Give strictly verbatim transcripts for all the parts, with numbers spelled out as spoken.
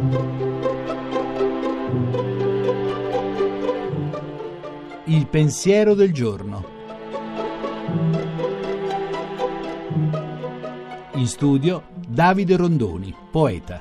Il pensiero del giorno. In studio Davide Rondoni, poeta.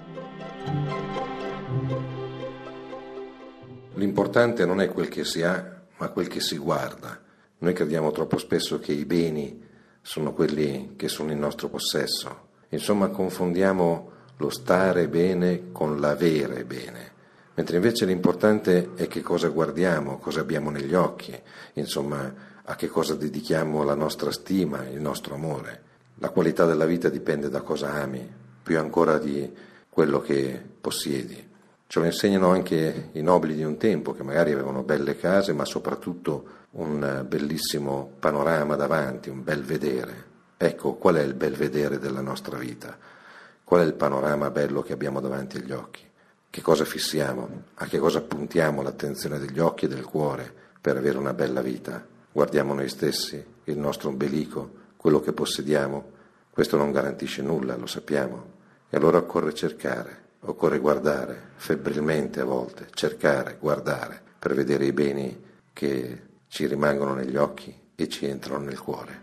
L'importante non è quel che si ha, ma quel che si guarda. Noi crediamo troppo spesso che i beni sono quelli che sono in nostro possesso. Insomma, confondiamo lo stare bene con l'avere bene. Mentre invece l'importante è che cosa guardiamo, cosa abbiamo negli occhi, insomma, a che cosa dedichiamo la nostra stima, il nostro amore. La qualità della vita dipende da cosa ami, più ancora di quello che possiedi. Ce lo insegnano anche i nobili di un tempo, che magari avevano belle case, ma soprattutto un bellissimo panorama davanti, un bel vedere. Ecco, qual è il bel vedere della nostra vita? Qual è il panorama bello che abbiamo davanti agli occhi? Che cosa fissiamo? A che cosa puntiamo l'attenzione degli occhi e del cuore per avere una bella vita? Guardiamo noi stessi, il nostro ombelico, quello che possediamo? Questo non garantisce nulla, lo sappiamo. E allora occorre cercare, occorre guardare, febbrilmente a volte, cercare, guardare, per vedere i beni che ci rimangono negli occhi e ci entrano nel cuore.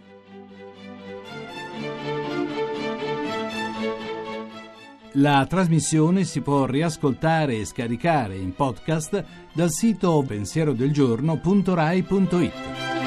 La trasmissione si può riascoltare e scaricare in podcast dal sito pensierodelgiorno punto rai punto it.